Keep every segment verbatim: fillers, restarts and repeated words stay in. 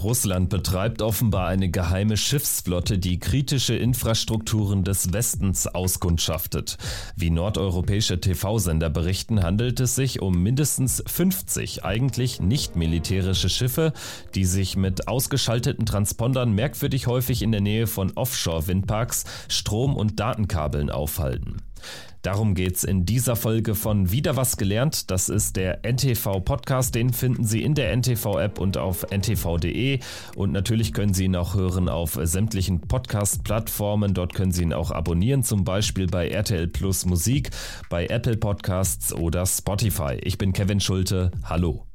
Russland betreibt offenbar eine geheime Schiffsflotte, die kritische Infrastrukturen des Westens auskundschaftet. Wie nordeuropäische T V-Sender berichten, handelt es sich um mindestens fünfzig eigentlich nicht militärische Schiffe, die sich mit ausgeschalteten Transpondern merkwürdig häufig in der Nähe von Offshore-Windparks, Strom- und Datenkabeln aufhalten. Darum geht's in dieser Folge von Wieder was gelernt. Das ist der N T V-Podcast, den finden Sie in der N T V-App und auf n t v punkt d e. Und natürlich können Sie ihn auch hören auf sämtlichen Podcast-Plattformen. Dort können Sie ihn auch abonnieren, zum Beispiel bei R T L Plus Musik, bei Apple Podcasts oder Spotify. Ich bin Kevin Schulte. Hallo.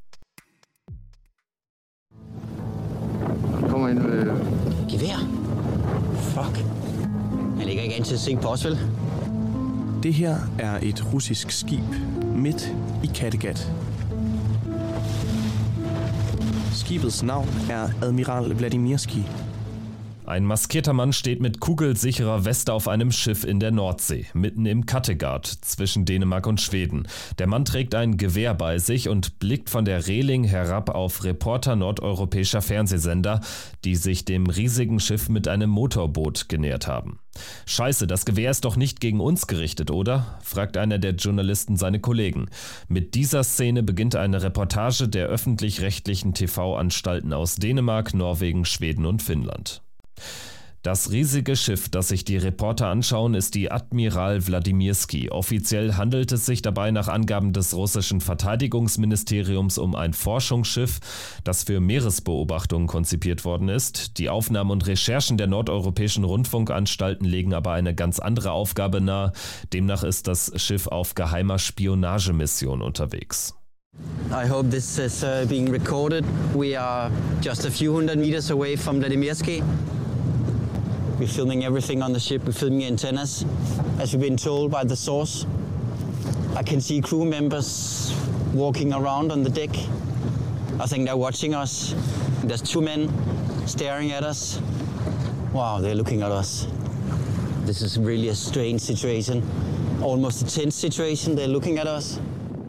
Kom ind med... Gevær? Fuck. Jeg ligger ikke an til at se på os, vel? Det her er et russisk skib midt i Kattegat. Skibets navn er Admiral Vladimirski. Ein maskierter Mann steht mit kugelsicherer Weste auf einem Schiff in der Nordsee, mitten im Kattegat zwischen Dänemark und Schweden. Der Mann trägt ein Gewehr bei sich und blickt von der Reling herab auf Reporter nordeuropäischer Fernsehsender, die sich dem riesigen Schiff mit einem Motorboot genähert haben. Scheiße, das Gewehr ist doch nicht gegen uns gerichtet, oder? Fragt einer der Journalisten seine Kollegen. Mit dieser Szene beginnt eine Reportage der öffentlich-rechtlichen T V-Anstalten aus Dänemark, Norwegen, Schweden und Finnland. Das riesige Schiff, das sich die Reporter anschauen, ist die Admiral Vladimirski. Offiziell handelt es sich dabei nach Angaben des russischen Verteidigungsministeriums um ein Forschungsschiff, das für Meeresbeobachtungen konzipiert worden ist. Die Aufnahmen und Recherchen der nordeuropäischen Rundfunkanstalten legen aber eine ganz andere Aufgabe nahe. Demnach ist das Schiff auf geheimer Spionagemission unterwegs. I hope this is uh, being recorded. We are just a few hundred meters away from Vladimirski. We're filming everything on the ship. We're filming antennas, as we've been told by the source. I can see crew members walking around on the deck. I think they're watching us. There's two men staring at us. Wow, they're looking at us. This is really a strange situation. Almost a tense situation. They're looking at us.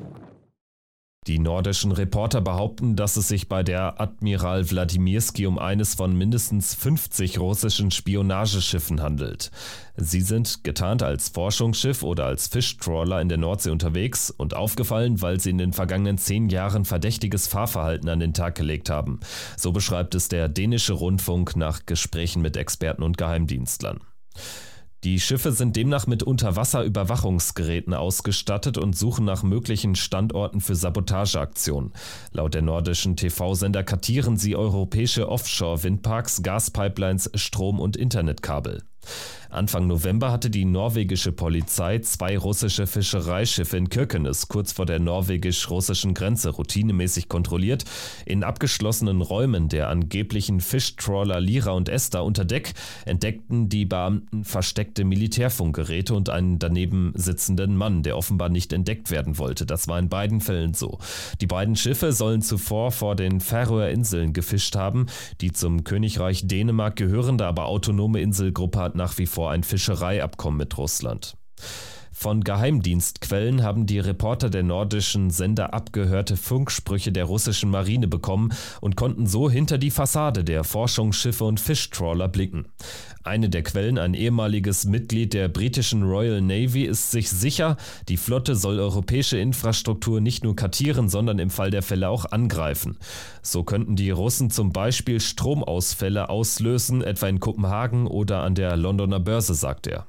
Die nordischen Reporter behaupten, dass es sich bei der Admiral Vladimirski um eines von mindestens fünfzig russischen Spionageschiffen handelt. Sie sind getarnt als Forschungsschiff oder als Fischtrawler in der Nordsee unterwegs und aufgefallen, weil sie in den vergangenen zehn Jahren verdächtiges Fahrverhalten an den Tag gelegt haben. So beschreibt es der dänische Rundfunk nach Gesprächen mit Experten und Geheimdienstlern. Die Schiffe sind demnach mit Unterwasserüberwachungsgeräten ausgestattet und suchen nach möglichen Standorten für Sabotageaktionen. Laut der nordischen T V-Sender kartieren sie europäische Offshore-Windparks, Gaspipelines, Strom- und Internetkabel. Anfang November hatte die norwegische Polizei zwei russische Fischereischiffe in Kirkenes kurz vor der norwegisch-russischen Grenze routinemäßig kontrolliert. In abgeschlossenen Räumen der angeblichen Fischtrawler Lira und Esther unter Deck entdeckten die Beamten versteckte Militärfunkgeräte und einen daneben sitzenden Mann, der offenbar nicht entdeckt werden wollte. Das war in beiden Fällen so. Die beiden Schiffe sollen zuvor vor den Färöer Inseln gefischt haben. Die zum Königreich Dänemark gehörende, aber autonome Inselgruppe hat nach wie vor ein Fischereiabkommen mit Russland. Von Geheimdienstquellen haben die Reporter der nordischen Sender abgehörte Funksprüche der russischen Marine bekommen und konnten so hinter die Fassade der Forschungsschiffe und Fischtrawler blicken. Eine der Quellen, ein ehemaliges Mitglied der britischen Royal Navy, ist sich sicher, die Flotte soll europäische Infrastruktur nicht nur kartieren, sondern im Fall der Fälle auch angreifen. So könnten die Russen zum Beispiel Stromausfälle auslösen, etwa in Kopenhagen oder an der Londoner Börse, sagt er.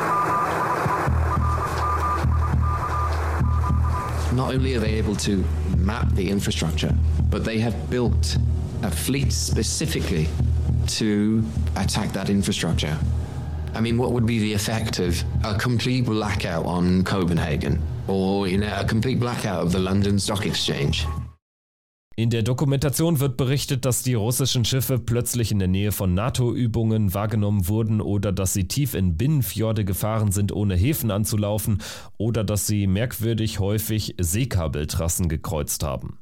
Not only are they able to map the infrastructure, but they have built a fleet specifically to attack that infrastructure. I mean, what would be the effect of a complete blackout on Copenhagen or, you know, a complete blackout of the London Stock Exchange? In der Dokumentation wird berichtet, dass die russischen Schiffe plötzlich in der Nähe von NATO-Übungen wahrgenommen wurden oder dass sie tief in Binnenfjorde gefahren sind, ohne Häfen anzulaufen oder dass sie merkwürdig häufig Seekabeltrassen gekreuzt haben.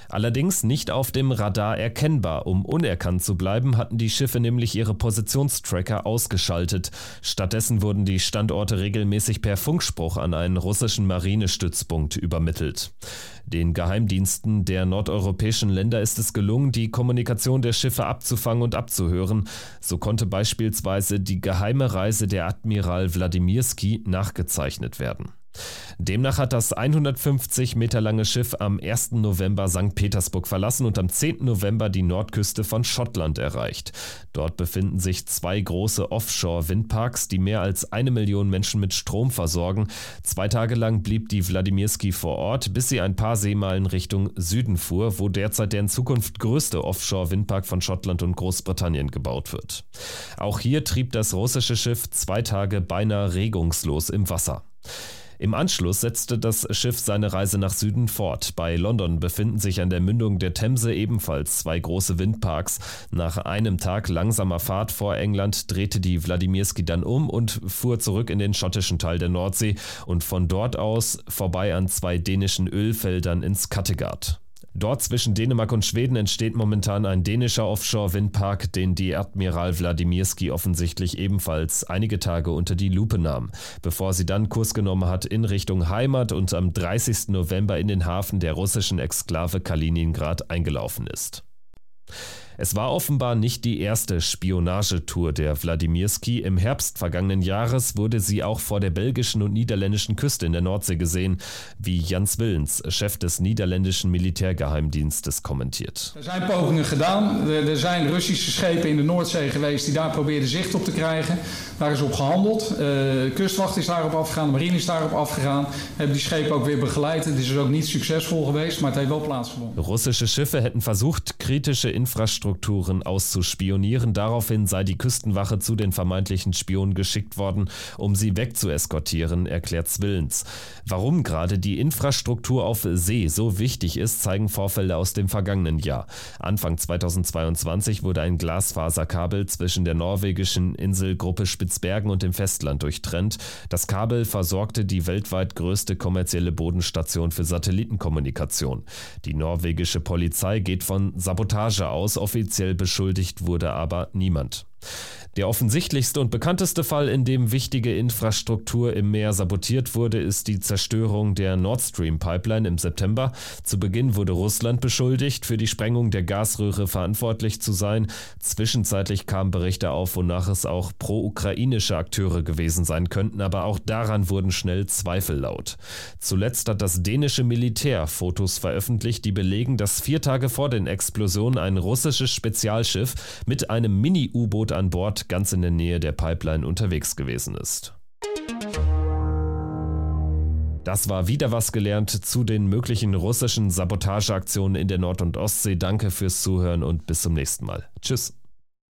Allerdings nicht auf dem Radar erkennbar. Um unerkannt zu bleiben, hatten die Schiffe nämlich ihre Positionstracker ausgeschaltet. Stattdessen wurden die Standorte regelmäßig per Funkspruch an einen russischen Marinestützpunkt übermittelt. Den Geheimdiensten der nordeuropäischen Länder ist es gelungen, die Kommunikation der Schiffe abzufangen und abzuhören. So konnte beispielsweise die geheime Reise der Admiral Wladimierski nachgezeichnet werden. Demnach hat das hundertfünfzig Meter lange Schiff am ersten November Sankt Petersburg verlassen und am zehnten November die Nordküste von Schottland erreicht. Dort befinden sich zwei große Offshore-Windparks, die mehr als eine Million Menschen mit Strom versorgen. Zwei Tage lang blieb die Wladimierski vor Ort, bis sie ein paar Seemeilen Richtung Süden fuhr, wo derzeit der in Zukunft größte Offshore-Windpark von Schottland und Großbritannien gebaut wird. Auch hier trieb das russische Schiff zwei Tage beinahe regungslos im Wasser. Im Anschluss setzte das Schiff seine Reise nach Süden fort. Bei London befinden sich an der Mündung der Themse ebenfalls zwei große Windparks. Nach einem Tag langsamer Fahrt vor England drehte die Wladimierski dann um und fuhr zurück in den schottischen Teil der Nordsee und von dort aus vorbei an zwei dänischen Ölfeldern ins Kattegat. Dort zwischen Dänemark und Schweden entsteht momentan ein dänischer Offshore-Windpark, den die Admiral Wladimierski offensichtlich ebenfalls einige Tage unter die Lupe nahm, bevor sie dann Kurs genommen hat in Richtung Heimat und am dreißigsten November in den Hafen der russischen Exklave Kaliningrad eingelaufen ist. Es war offenbar nicht die erste Spionagetour der Wladimierski. Im Herbst vergangenen Jahres wurde sie auch vor der belgischen und niederländischen Küste in der Nordsee gesehen, wie Jans Willens, Chef des niederländischen Militärgeheimdienstes, kommentiert. Er zijn pogingen gedaan. Er zijn Russische schepen in de Noordzee geweest die daar probeerden zicht op te krijgen. Daar is op gehandeld. De kustwacht is daarop afgegaan, de marine is daarop afgegaan. Hebben die schepen ook weer begeleid. Het is dus ook niet succesvol geweest, maar het heeft wel plaatsgevonden. Russische Schiffe hätten versucht, kritische Infrastrukturen auszuspionieren. Daraufhin sei die Küstenwache zu den vermeintlichen Spionen geschickt worden, um sie wegzueskortieren, erklärt Zwillens. Warum gerade die Infrastruktur auf See so wichtig ist, zeigen Vorfälle aus dem vergangenen Jahr. Anfang zweitausendzweiundzwanzig wurde ein Glasfaserkabel zwischen der norwegischen Inselgruppe Spitzbergen und dem Festland durchtrennt. Das Kabel versorgte die weltweit größte kommerzielle Bodenstation für Satellitenkommunikation. Die norwegische Polizei geht von Sabotage aus. Offiziell beschuldigt wurde aber niemand. Der offensichtlichste und bekannteste Fall, in dem wichtige Infrastruktur im Meer sabotiert wurde, ist die Zerstörung der Nord Stream Pipeline im September. Zu Beginn wurde Russland beschuldigt, für die Sprengung der Gasröhre verantwortlich zu sein. Zwischenzeitlich kamen Berichte auf, wonach es auch pro-ukrainische Akteure gewesen sein könnten, aber auch daran wurden schnell Zweifel laut. Zuletzt hat das dänische Militär Fotos veröffentlicht, die belegen, dass vier Tage vor den Explosionen ein russisches Spezialschiff mit einem Mini-U-Boot an Bord ganz in der Nähe der Pipeline unterwegs gewesen ist. Das war wieder was gelernt zu den möglichen russischen Sabotageaktionen in der Nord- und Ostsee. Danke fürs Zuhören und bis zum nächsten Mal. Tschüss.